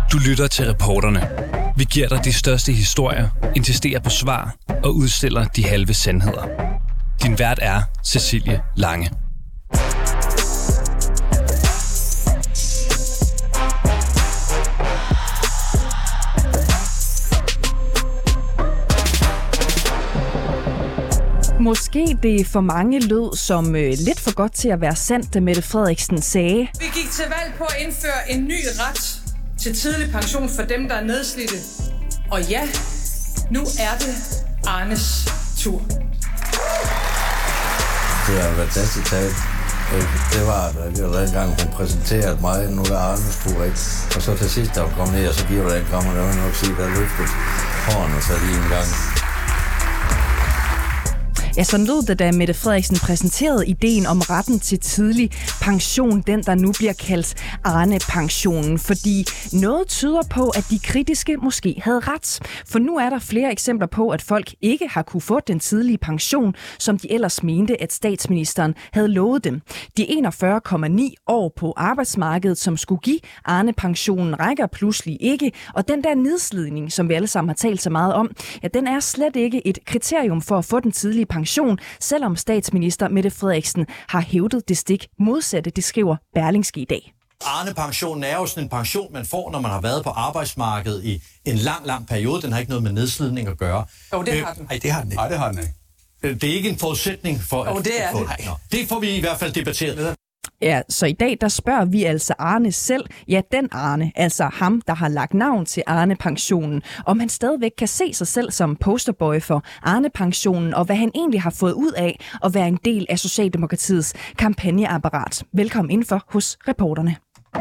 Du lytter til Reporterne. Vi giver dig de største historier, insisterer på svar og udstiller de halve sandheder. Din vært er Cecilie Lange. Måske det for mange lød som lidt for godt til at være sandt, da Mette Frederiksen sagde: Vi gik til valg på at indføre en ny ret til tidlig pension for dem, der er nedslidte. Og ja, nu er det Arnes tur. Det har været fantastisk talt. Det var dengang, hun præsenterede mig, nu er Arnes tur, ikke? Og så til sidst, da hun kom ned, og så giver den krammer, der vil nok sige, der løftet hårene så lige en gang. Ja, sådan lød det, da Mette Frederiksen præsenterede ideen om retten til tidlig pension, den der nu bliver kaldt Arne-pensionen, fordi noget tyder på, at de kritiske måske havde ret. For nu er der flere eksempler på, at folk ikke har kunne få den tidlige pension, som de ellers mente, at statsministeren havde lovet dem. De 41,9 år på arbejdsmarkedet, som skulle give Arne-pensionen, rækker pludselig ikke, og den der nedslidning, som vi alle sammen har talt så meget om, ja, den er slet ikke et kriterium for at få den tidlige pension, selvom statsminister Mette Frederiksen har hævdet det stik modsatte, det skriver Berlingske i dag. Arne-pensionen er jo sådan en pension, man får, når man har været på arbejdsmarkedet i en lang periode. Den har ikke noget med nedslidning at gøre. Jo, det har den. Nej, det har den ikke. Nej, det har den ikke. Det er ikke en forudsætning for at det er få det. Det får vi i hvert fald debatteret. Ja, så i dag der spørger vi altså Arne selv, ja den Arne, altså ham, der har lagt navn til Arne-pensionen, om han stadigvæk kan se sig selv som posterboy for Arne-pensionen, og hvad han egentlig har fået ud af at være en del af Socialdemokratiets kampagneapparat. Velkommen indenfor hos Reporterne.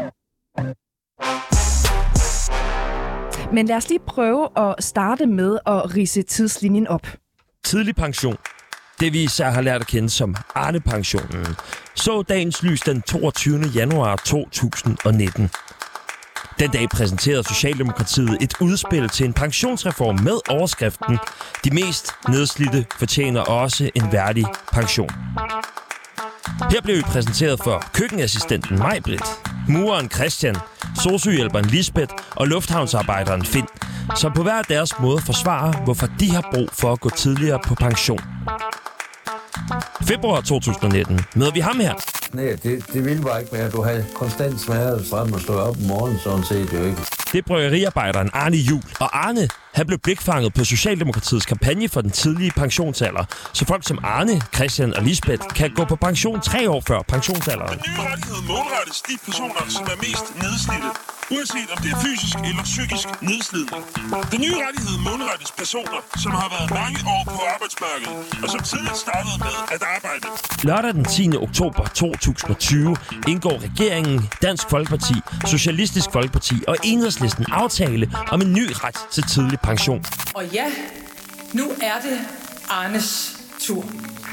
Men lad os lige prøve at starte med at ridse tidslinjen op. Tidlig pension, det vi især har lært at kende som Arne-pensionen, så dagens lys den 22. januar 2019. Den dag præsenterede Socialdemokratiet et udspil til en pensionsreform med overskriften: De mest nedslidte fortjener også en værdig pension. Her blev vi præsenteret for køkkenassistenten Majbrit, mureren Christian, sosu-hjælperen Lisbeth og lufthavnsarbejderen Finn, som på hver deres måde forsvarer, hvorfor de har brug for at gå tidligere på pension. Februar 2019 møder vi ham her. Nej, det ville bare ikke mere. Du havde konstant smadret frem og stået op om morgenen, sådan set jo ikke. Det er bryggeriarbejderen Arne Juhl. Og Arne, han blev blikfanget på Socialdemokratiets kampagne for den tidlige pensionsalder, så folk som Arne, Christian og Lisbeth kan gå på pension 3 år før pensionsalderen. Den nye rettighed målrettes de personer, som er mest nedslidte, uanset om det er fysisk eller psykisk nedslidning. Den nye rettighed målrettes personer, som har været mange år på arbejdsmarkedet, og som tidligt startede med at arbejde. Lørdag den 10. oktober 2020 indgår regeringen, Dansk Folkeparti, Socialistisk Folkeparti og Enhedslisten aftale om en ny ret til tidlig pension. Og ja, nu er det Arnes tur.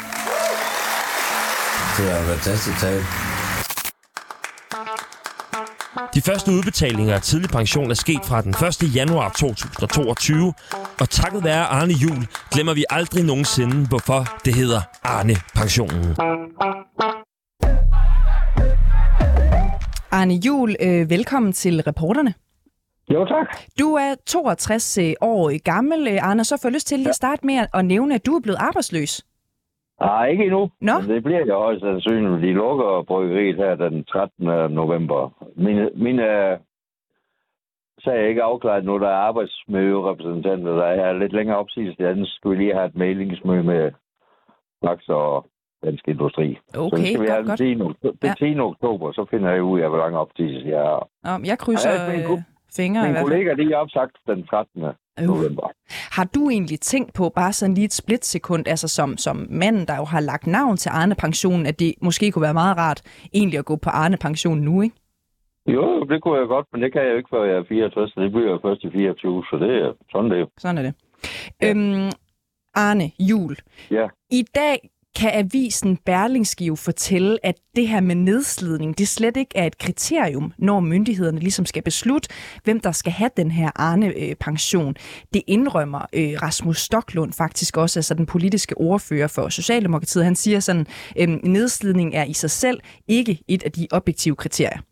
Det har været fantastisk talt. De første udbetalinger af tidlig pension er sket fra den 1. januar 2022, og takket være Arne Juhl glemmer vi aldrig nogensinde, hvorfor det hedder Arne-pensionen. Arne Juhl, velkommen til Reporterne. Jo, tak. Du er 62 år gammel, Arne, så får jeg lyst til lige at starte med at nævne, at du er blevet arbejdsløs. Nej, ikke endnu. Nå? Men det bliver jeg også sandsynligt. De lukker bryggeriet her den 13. november. Min sag er ikke afklaret nu. Der er arbejdsmiljørepræsentanter, der er lidt længere opsigelse. Den skal vi lige have et mailingsmøde med Max og Dansk Industri. Okay, så skal vi have godt. Den 10. oktober, så finder jeg ud af, hvor lang opsigelse jeg har. Jeg krydser fingre. Min kollega de er opsagt den 13. november. Har du egentlig tænkt på, bare sådan lige et splitsekund, altså som manden, der jo har lagt navn til Arne-pensionen, at det måske kunne være meget rart egentlig at gå på Arne-pensionen nu, ikke? Jo, det kunne jeg godt, men det kan jeg jo ikke, før jeg er 64, så det bliver jo først i 24, så det er sådan det. Sådan er det. Ja. Arne Juhl. Ja. I dag kan avisen Berlingske jo fortælle, at det her med nedslidning, det slet ikke er et kriterium, når myndighederne ligesom skal beslutte, hvem der skal have den her Arne-pension. Det indrømmer Rasmus Stoklund faktisk også, altså den politiske ordfører for Socialdemokratiet. Han siger sådan, nedslidning er i sig selv ikke et af de objektive kriterier.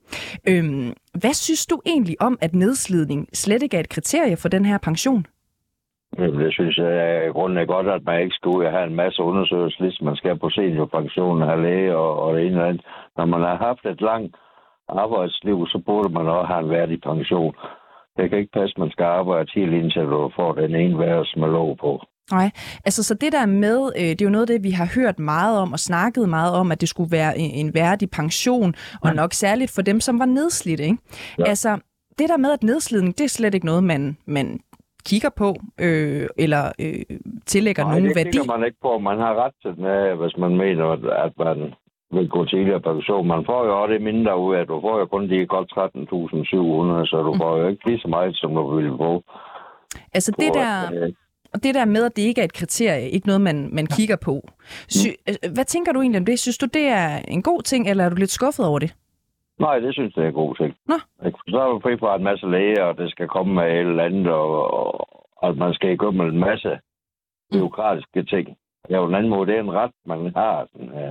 Hvad synes du egentlig om, at nedslidning slet ikke er et kriterie for den her pension? Det synes jeg i grunden er godt, at man ikke skal ud og have en masse undersøgelser, ligesom man skal på seniorpensionen, have læge og det ene eller andet. Når man har haft et langt arbejdsliv, så burde man også have en værdig pension. Det kan ikke passe, at man skal arbejde helt indtil du får den ene værelse med lov på. Nej, altså så det der med, det er jo noget af det, vi har hørt meget om og snakket meget om, at det skulle være en værdig pension, og nok særligt for dem, som var nedslidte, ikke? Ja. Altså, det der med, at nedslidning, det er slet ikke noget, man kigger på, eller tillægger nogen værdi. Nej, det kigger man ikke på. Man har ret til det, hvis man mener, at man vil gå tidligere pension. Man får jo også det mindre ud af, du får jo kun de godt 13.700, så du får jo ikke lige så meget, som du ville få. Altså det der med, at det ikke er et kriterie, ikke noget, man kigger på. Hvad tænker du egentlig om det? Synes du, det er en god ting, eller er du lidt skuffet over det? Nej, det synes jeg er en god ting. Nå. Så er du fri fra en masse læger, og det skal komme med et eller andet, og at man skal ikke gå med en masse bureaukratiske ting. Det er jo en anden måde, det er en ret, man har.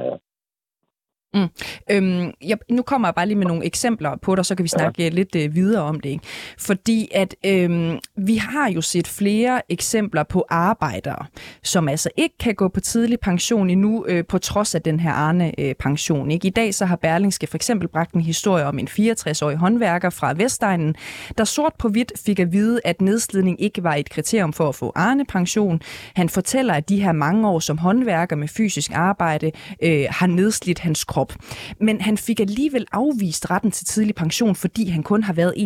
Nu kommer jeg bare lige med nogle eksempler på det, så kan vi snakke lidt videre om det. Ikke? Fordi at vi har jo set flere eksempler på arbejdere, som altså ikke kan gå på tidlig pension endnu, på trods af den her Arne-pension. Ikke? I dag så har Berlingske for eksempel bragt en historie om en 64-årig håndværker fra Vestegnen, der sort på hvidt fik at vide, at nedslidning ikke var et kriterium for at få Arne-pension. Han fortæller, at de her mange år som håndværker med fysisk arbejde har nedslidt hans krop. Men han fik alligevel afvist retten til tidlig pension, fordi han kun har været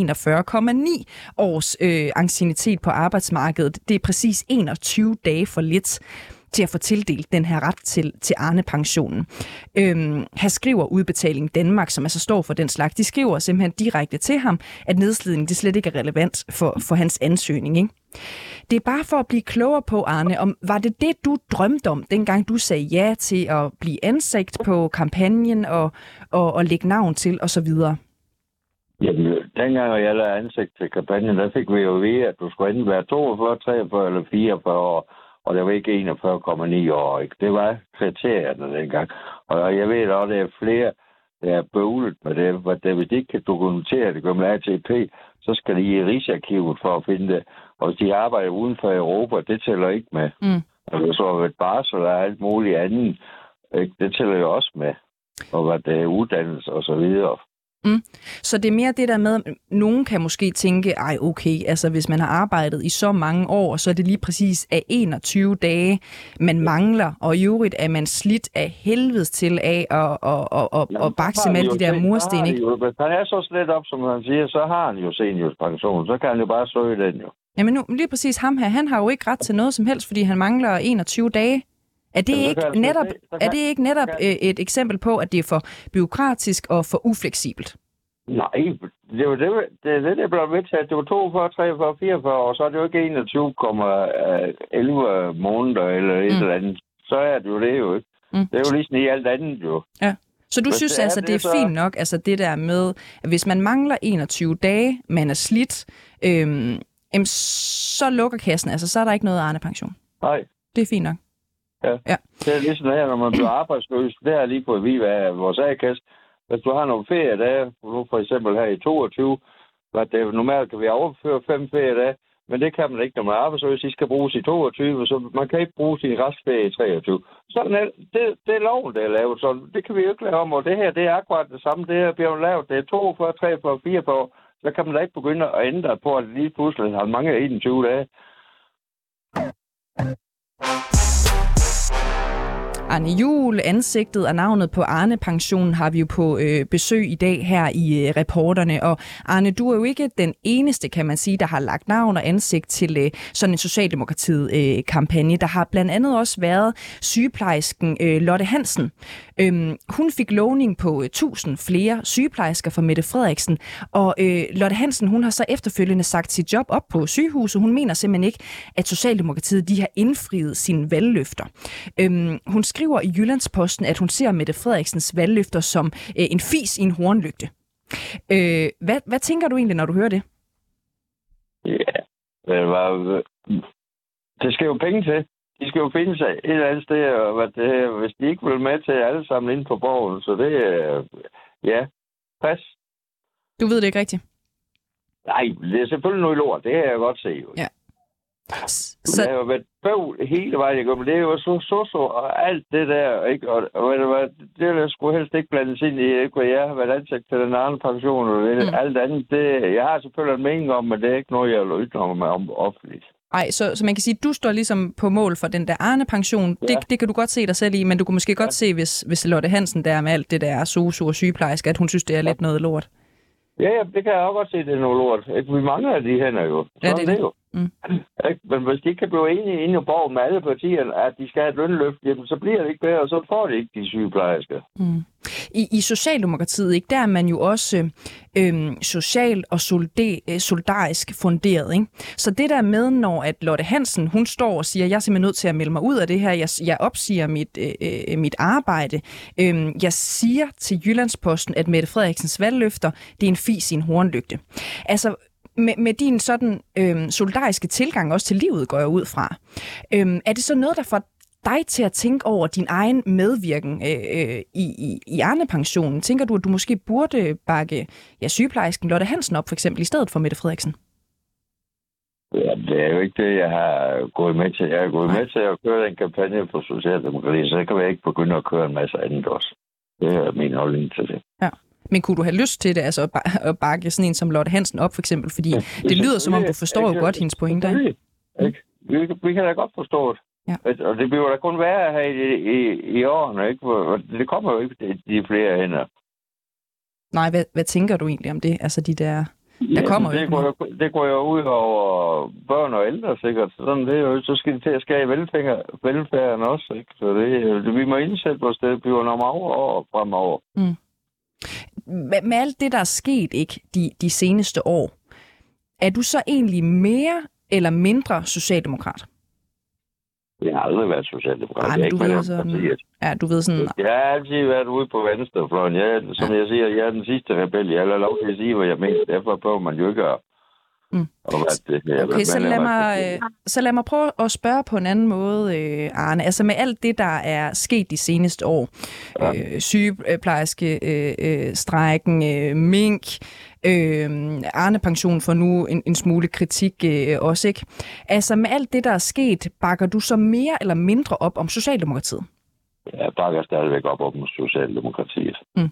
41,9 års anciennitet på arbejdsmarkedet. Det er præcis 21 dage for lidt til at få tildelt den her ret til Arne-pensionen. Her skriver Udbetaling Danmark, som altså står for den slags, de skriver simpelthen direkte til ham, at nedslidning det slet ikke er relevant for hans ansøgning. Ikke? Det er bare for at blive klogere på, Arne, om var det du drømte om, dengang du sagde ja til at blive ansigt på kampagnen og lægge navn til osv.? Jamen, dengang jeg lavede ansigt til kampagnen, der fik vi jo at vide, at du skulle enten være 42, 43 eller 44 år, og det var ikke 41,9 år. Ikke? Det var kriterierne dengang. Og jeg ved også, at det er flere, der er bøvlet med det, for hvis de ikke kan dokumentere det, med ATP, så skal de i Rigsarkivet for at finde det. Og hvis de arbejder uden for Europa, det tæller ikke med. Og så er det barsel og alt muligt andet, ikke? Det tæller jo også med. Og hvad det er uddannelse og så videre. Så det er mere det der med, at nogen kan måske tænke, altså hvis man har arbejdet i så mange år, så er det lige præcis af 21 dage, man mangler, og i øvrigt er man slidt af helvedes til af at bakse med alle de der mursten, ikke? Hvis han er så slet op, som han siger, så har han jo seniorpension, så kan han jo bare søge den jo. Jamen nu, lige præcis ham her, han har jo ikke ret til noget som helst, fordi han mangler 21 dage. Er det ikke netop et eksempel på, at det er for bureaukratisk og for ufleksibelt? Nej, det er det blev vedtaget. Det var 42, 43, 44 år, så er det jo ikke 21,11 måneder eller et eller andet. Så er det jo ikke. Det er jo ligesom i alt andet jo. Ja. Så du synes altså, det er fint nok, altså det der med, at hvis man mangler 21 dage, man er slidt, så lukker kassen, altså så er der ikke noget Arne-pension? Nej. Det er fint nok. Ja. Det er ligesom her, når man bliver arbejdsløs. Det er lige på at vide, hvad vores A-kasse. Hvis du har nogle feriedage, nu for eksempel her i 22, hvad det normalt kan vi overføre 5 feriedage, men det kan man ikke, når man er arbejdsløs. De skal bruges i 22, så man kan ikke bruge sin restferie i 23. Sådan er det er loven, der er lavet, så det kan vi jo ikke lave om. Og det her, det er akkurat det samme. Det her bliver jo lavet. Det er 42, 43, 44 år. Så kan man da ikke begynde at ændre på, at lige pludselig har mange 21 dage. Arne Juhl, ansigtet og navnet på Arne-pensionen har vi jo på besøg i dag her i reporterne. Og Arne, du er jo ikke den eneste, kan man sige, der har lagt navn og ansigt til sådan en Socialdemokratiet-kampagne. Der har blandt andet også været sygeplejersken Lotte Hansen. Hun fik lovning på 1000 flere sygeplejersker fra Mette Frederiksen. Og Lotte Hansen, hun har så efterfølgende sagt sit job op på sygehuset. Hun mener simpelthen ikke, at Socialdemokratiet de har indfriet sine valgløfter. Hun skriver i Jyllandsposten, at hun ser Mette Frederiksens valgløfter som en fis i en hornlygte. Hvad tænker du egentlig, når du hører det? Ja, det skal jo penge til. De skal jo finde sig et eller andet sted, og hvis de ikke vil med til alle sammen inde på borgen, så det er, pas. Du ved det ikke rigtigt? Nej, det er selvfølgelig noget lort. Det har jeg godt set. Jo. Ja. Så... Det har jo været bøvl hele vejen igennem. Det er jo så og alt det der. Ikke? Og ved du hvad, det der skulle helst ikke blandes ind i, ikke? Jeg har været ansat til den anden pension og det, alt andet. Det, jeg har selvfølgelig en mening om, men det er ikke noget, jeg vil ytre mig om offentligt. Nej, så man kan sige, at du står ligesom på mål for den der Arne-pension. Ja. Det kan du godt se dig selv i, men du kunne måske godt se, hvis Lotte Hansen der med alt det der sosu og sygeplejerske, at hun synes, det er lidt noget lort. Ja, det kan jeg også godt se, det er noget lort. Ikke? Vi mangler af de hænder jo. Sådan det er det jo. Mm. Men hvis de ikke kan blive enige inde i borgen med alle partierne, at de skal have et lønløft, jamen, så bliver det ikke bedre, og så får det ikke de sygeplejersker. Mm. I Socialdemokratiet, ikke, der er man jo også socialt og solidarisk funderet. Ikke? Så det der med, når at Lotte Hansen, hun står og siger, jeg er simpelthen nødt til at melde mig ud af det her, jeg opsiger mit arbejde. Jeg siger til Jyllandsposten, at Mette Frederiksens valgløfter, det er en fis i en hornlygte. Altså, med din sådan solidariske tilgang også til livet, går jeg ud fra. Er det så noget, der får dig til at tænke over din egen medvirken i Arne-pensionen? Tænker du, at du måske burde bakke sygeplejersken Lotte Hansen op, for eksempel, i stedet for Mette Frederiksen? Ja, det er jo ikke det, jeg har gået med til. Jeg har gået med til at køre en kampagne for Socialdemokratiet, så kan jeg ikke begynde at køre en masse andet også. Det er min holdning til det. Ja. Men kunne du have lyst til det, altså at bakke sådan en som Lotte Hansen op, for eksempel? Fordi det lyder, som om du forstår jo godt hendes pointer, ikke? Vi kan da godt forstå det. Ja. Og det bliver da kun værre her i årene, ikke? Det kommer jo ikke de flere hænder. Nej, hvad tænker du egentlig om det? Altså de der kommer jo ikke. Det går jo ud over børn og ældre, sikkert. Sådan det er jo, så skal det til at skære velfærden også, ikke? Så det vi må indsætte vores det bliver nogle år fremover. Mm. Med alt det, der er sket ikke de seneste år, er du så egentlig mere eller mindre socialdemokrat? Jeg har aldrig været socialdemokrat. Nej, du ved sådan... Ja, du ved sådan... Jeg har altid været ude på venstrefløjen. Som jeg siger, jeg er den sidste rebel. Jeg har lov til at sige, hvad jeg mener. Derfor prøver man jo ikke at... Okay, så lad mig prøve at spørge på en anden måde, Arne. Altså med alt det, der er sket de seneste år, sygeplejerske strejken, mink, Arne-pension for nu en smule kritik også, ikke? Altså med alt det, der er sket, bakker du så mere eller mindre op om Socialdemokratiet? Jeg bakker stadigvæk op om Socialdemokratiet. Mm.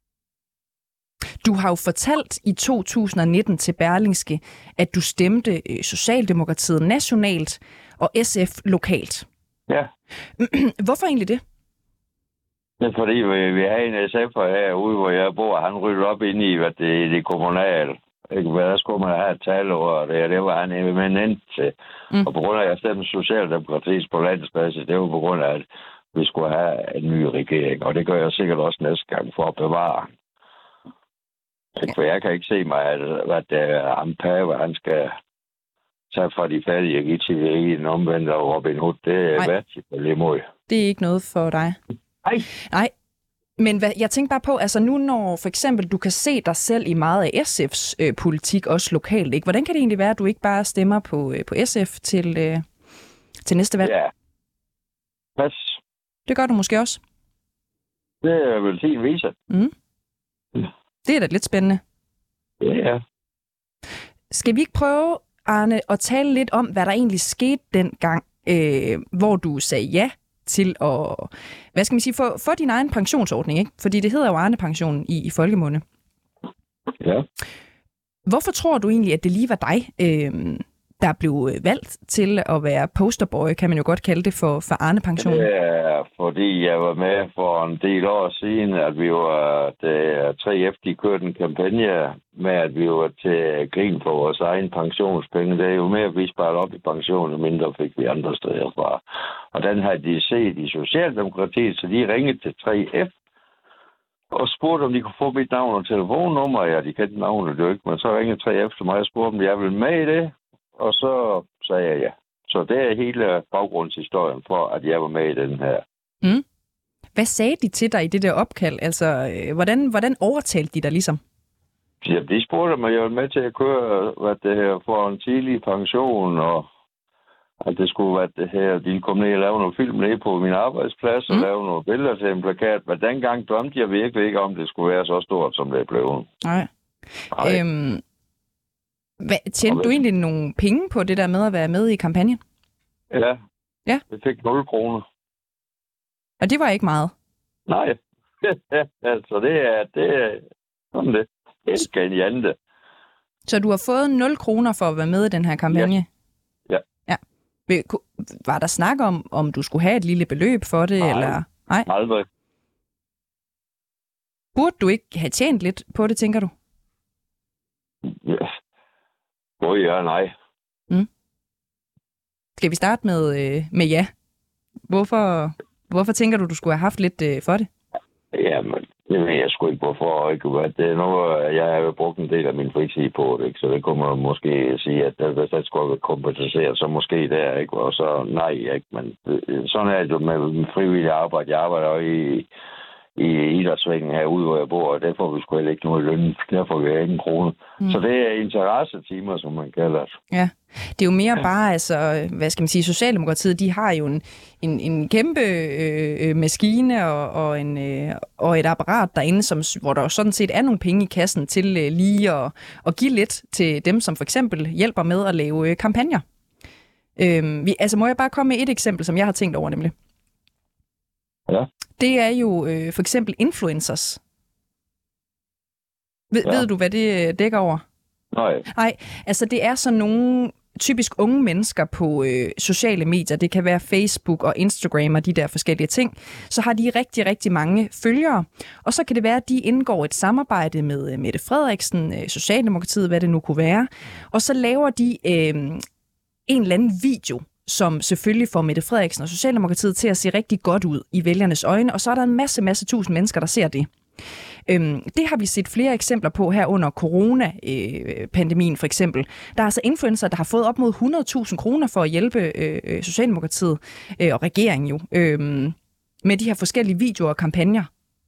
Du har jo fortalt i 2019 til Berlingske, at du stemte Socialdemokratiet nationalt og SF lokalt. Ja. Hvorfor egentlig det? Det er fordi, vi har en SF'er herude, hvor jeg bor. Han rydder op ind i, hvad det kommunale. Der skulle man have et taleord, og det var han eminent til. Mm. Og på grund af, at jeg stemte Socialdemokratiet på landsbasis, det var på grund af, at vi skulle have en ny regering. Og det gør jeg sikkert også næste gang for at bevare. For jeg kan ikke se mig, at Ampave, han skal tage fra de fattige og give til i en omvendt og Robin Hood. Det er værdigt på lige mod. Det er ikke noget for dig? Nej. Men jeg tænker bare på, altså nu når for eksempel du kan se dig selv i meget af SF's politik, også lokalt, ikke? Hvordan kan det egentlig være, at du ikke bare stemmer på SF til næste valg? Ja. Pas. Det gør du måske også? Det er vel tiden viser. Mm. Det er da lidt spændende. Ja. Skal vi ikke prøve, Arne, at tale lidt om, hvad der egentlig skete dengang, hvor du sagde ja til at, hvad skal man sige, få din egen pensionsordning, ikke? Fordi det hedder jo Arne-pensionen i folkemunde. Ja. Hvorfor tror du egentlig, at det lige var dig, der blev valgt til at være posterboy, kan man jo godt kalde det, for Arne-pensionen? Det er, fordi jeg var med for en del år siden, at vi var, 3F, de kørte en kampagne med, at vi var til grin på vores egen pensionspenge. Det er jo mere, at vi sparede op i pensionen, mindre fik vi andre steder fra. Og den havde de set i Socialdemokratiet, så de ringede til 3F og spurgte, om de kunne få mit navn og telefonnummer. Ja, de kendte navnet jo ikke, men så ringede 3F til mig og spurgte, om jeg ville med i det. Og så sagde jeg ja. Så det er hele baggrundshistorien for, at jeg var med i den her. Mm. Hvad sagde de til dig i det der opkald? Altså, hvordan overtalte de dig ligesom? Ja, de spurgte mig, jeg var med til at køre for en tidlig pension, og at det skulle være det her. De kom ned og lave nogle film ned på min arbejdsplads, og lave nogle billeder til en plakat. Men dengang drømte jeg virkelig ikke om, det skulle være så stort, som det blev. Nej. Tjente du egentlig nogle penge på det der med at være med i kampagnen? Ja. Ja. Jeg fik 0 kroner. Og det var ikke meget? Nej. Altså, det er sådan det. Det er genialt. Så du har fået 0 kroner for at være med i den her kampagne? Ja. Var der snak om du skulle have et lille beløb for det? Nej. Eller? Nej. Aldrig. Burde du ikke have tjent lidt på det, tænker du? Ja. Både ja og nej. Skal vi starte med ja? Hvorfor tænker du skulle have haft lidt for det? Jamen, det ved jeg sgu ikke, hvorfor. Ikke? Det er noget, jeg har jo brugt en del af min fritid på det, ikke? Så det kunne man måske sige, at hvis det skulle have kompenseret, så måske der, ikke? Og så nej, ikke? Men sådan er det jo med frivillig arbejde. Jeg arbejder jo i idrætsvæggen herude, hvor jeg bor, og der får vi sgu heller ikke noget løn. Der får vi ikke en krone. Så det er interessetimer, som man kalder det. Ja, det er jo mere bare, altså, hvad skal man sige, Socialdemokratiet, de har jo en kæmpe maskine og et apparat derinde, hvor der sådan set er nogle penge i kassen til lige at give lidt til dem, som for eksempel hjælper med at lave kampagner. Må jeg bare komme med et eksempel, som jeg har tænkt over nemlig? Ja. Det er jo for eksempel influencers. Ved du, hvad det dækker over? Nej, altså det er sådan nogle typisk unge mennesker på sociale medier. Det kan være Facebook og Instagram og de der forskellige ting. Så har de rigtig, rigtig mange følgere. Og så kan det være, at de indgår et samarbejde med Mette Frederiksen, Socialdemokratiet, hvad det nu kunne være. Og så laver de en eller anden video, som selvfølgelig får Mette Frederiksen og Socialdemokratiet til at se rigtig godt ud i vælgernes øjne, og så er der en masse tusind mennesker, der ser det. Det har vi set flere eksempler på her under corona-pandemien for eksempel. Der er altså influencer, der har fået op mod 100.000 kroner for at hjælpe Socialdemokratiet og regeringen jo med de her forskellige videoer og kampagner.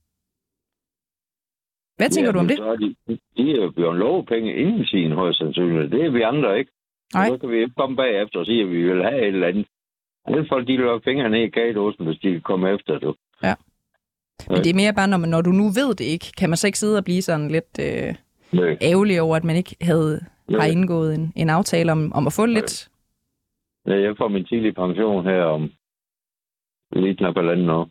Hvad tænker du om det? De er jo blevet lovet penge inden sin højst sandsynligt. Det er vi andre ikke. Nej. Så kan vi ikke komme bagefter og sige, at vi vil have et eller andet. Alle folk, de løber fingrene ned i kageåsen, hvis de kan komme efter det. Ja. Men det er mere bare, når du nu ved det ikke, kan man så ikke sidde og blive sådan lidt ærgerlig over, at man ikke har indgået en aftale om at få lidt? Ja, jeg får min tidlige pension her om lige knap halvanden år.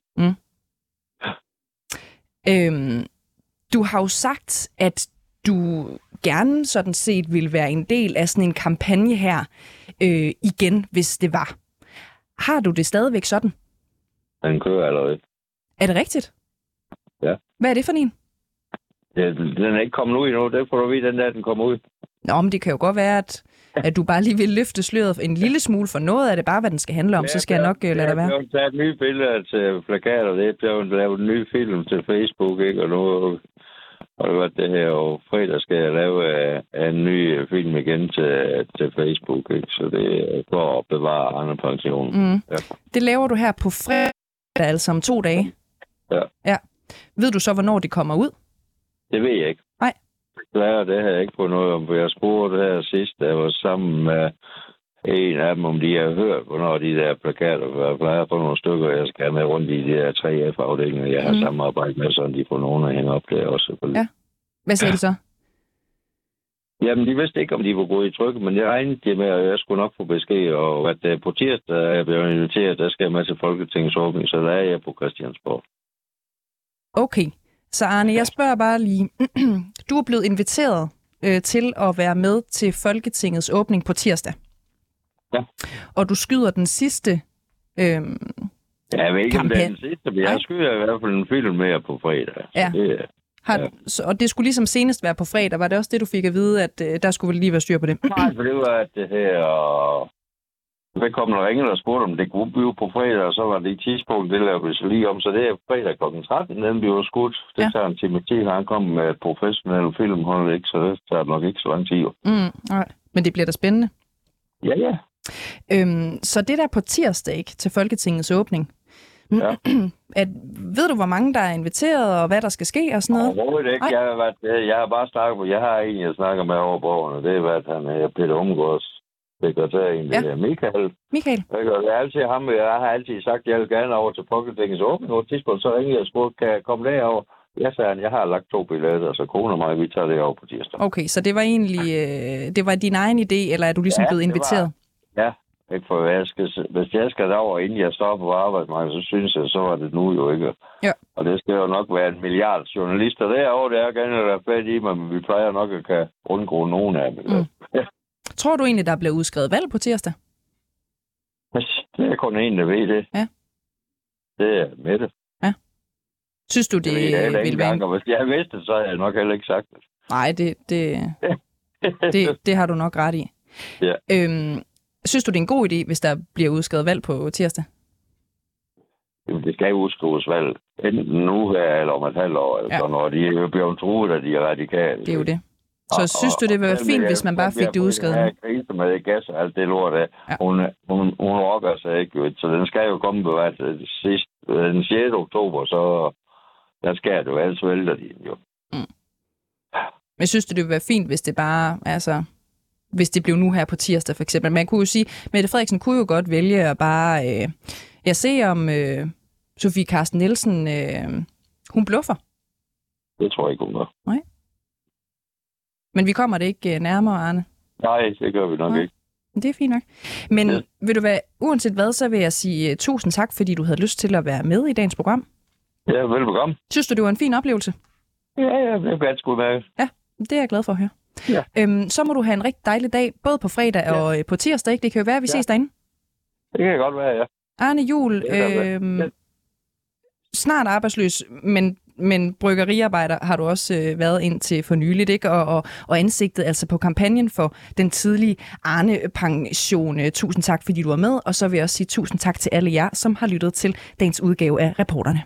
Du har jo sagt, at du gerne sådan set ville være en del af sådan en kampagne her igen, hvis det var. Har du det stadigvæk sådan? Den kører allerede. Er det rigtigt? Ja. Hvad er det for en? Ja, den er ikke kommet ud endnu. Det får du vide, den der, den kommer ud. Nå, men det kan jo godt være, at du bare lige vil løfte sløret en lille smule for noget af det, bare hvad den skal handle om, så skal jeg nok lade det være. Jeg har taget nye billeder til plakater. Det er lavet en ny film til Facebook, ikke? Og nu har det været det her, og fredag skal jeg lave en ny film igen til Facebook, ikke? Så det er for at bevare Arne pensionen. Ja. Det laver du her på fredag, altså om 2 dage? Ja. Ved du så, hvornår det kommer ud? Det ved jeg ikke. Nej. Det har jeg ikke på noget om, for jeg spurgte her sidst, da jeg var sammen med en af dem, om de har hørt, hvornår de der plakater, jeg plejer på nogle stykker, jeg skal med rundt i de der 3F-afdelinger, jeg har samarbejdet med, så de får nogen at hænge op der også. Ja. Hvad sagde de så? Jamen, de vidste ikke, om de var gået i tryk, men jeg regnede med, at jeg skulle nok få besked, og at på tirsdag er jeg blevet inviteret, der skal jeg med til Folketingets åbning, så der er jeg på Christiansborg. Okay. Så Arne, jeg spørger bare lige. Du er blevet inviteret til at være med til Folketingets åbning på tirsdag. Ja. Og du skyder den sidste jeg ved ikke, om det er den sidste, men jeg skyder i hvert fald en film mere på fredag. Ja. Og det skulle ligesom senest være på fredag. Var det også det, du fik at vide, at der skulle vel lige være styr på det? Nej, for det var det her... Så kom der ringede og spurgte, om det kunne blive på fredag, og så var det i tidspunkt, det lavede vi så lige om. Så det er fredag kl. 13, den bliver skudt. Det tager en time til, han kom med et professionelt filmhold, ikke? Så det tager nok ikke så lang tid. Nej. Men det bliver da spændende. Ja. Så det der på tirsdag, ikke, til Folketingets åbning. Ja. Ved du, hvor mange der er inviteret, og hvad der skal ske og sådan noget? Overhovedet ikke. Jeg har bare snakket på. Jeg har en, jeg snakker med over borgerne. Det er, hvad han er Peter Umgaards sekretær, egentlig. Michael. Jeg har altid sagt, at jeg vil gerne over til Folketingets åbning. På et tidspunkt så ringede jeg og spurgte, kan jeg komme derover? Ja, sagde han, jeg har lagt 2 billetter, så kone og mig, vi tager det over på tirsdag. Okay, så det var egentlig det var din egen idé, eller er du ligesom blevet inviteret? Ja, ikke for hvis jeg skal derover, inden jeg stopper på arbejdsmarkedet, så synes jeg, så var det nu jo ikke. Ja. Og det skal jo nok være 1 milliard journalister derovre, det er gerne at være fat i, men vi plejer nok at kan undgå nogen af dem. Tror du egentlig, der bliver udskrevet valg på tirsdag? Det er kun en, der ved det. Ja. Det er Mette. Ja. Synes du, det vil være... Hvis jeg vidste det, så havde jeg nok heller ikke sagt det. Nej, det har du nok ret i. Ja. Synes du, det er en god idé, hvis der bliver udskrevet valg på tirsdag? Jamen, det skal jo udskrives valg. Enten nu her, eller om et halvt år, altså, når de er blevet truet af de radikale. Det er jo det. Så synes du, det ville være fint, hvis man bare fik det udskrevet? Ja, krise med gas og alt det lort af. Ja. Hun rokker sig ikke, så den skal jo komme på den 6. oktober, så der skal det jo, ellers vælter de jo. Men synes du, det ville være fint, hvis det bare, altså, hvis det blev nu her på tirsdag for eksempel? Man kunne jo sige, Mette Frederiksen kunne jo godt vælge at bare, jeg ser om Sofie Carsten Nielsen, hun bluffer. Det tror jeg ikke, hun gør. Nej. Men vi kommer det ikke nærmere, Arne? Nej, det gør vi nok ikke. Det er fint nok. Men vil du være, uanset hvad, så vil jeg sige tusind tak, fordi du havde lyst til at være med i dagens program. Ja, velbekomme. Synes du, det var en fin oplevelse? Ja, det er ganske udmærket. Ja, det er jeg glad for at høre. Ja. Så må du have en rigtig dejlig dag, både på fredag og på tirsdag, ikke? Det kan jo være, at vi ses derinde. Det kan godt være, ja. Arne Juhl, snart arbejdsløs, men bryggeriarbejder har du også været indtil for nyligt, ikke? Og ansigtet altså på kampagnen for den tidlige Arne-pension. Tusind tak, fordi du var med, og så vil jeg også sige tusind tak til alle jer, som har lyttet til dagens udgave af Reporterne.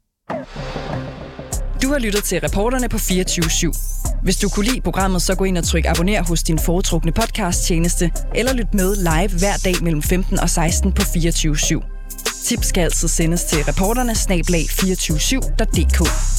Du har lyttet til Reporterne på 24/7. Hvis du kunne lide programmet, så gå ind og tryk abonner hos din foretrukne podcasttjeneste, eller lyt med live hver dag mellem 15 og 16 på 24/7. Tips skal altid sendes til reporterne @247.dk.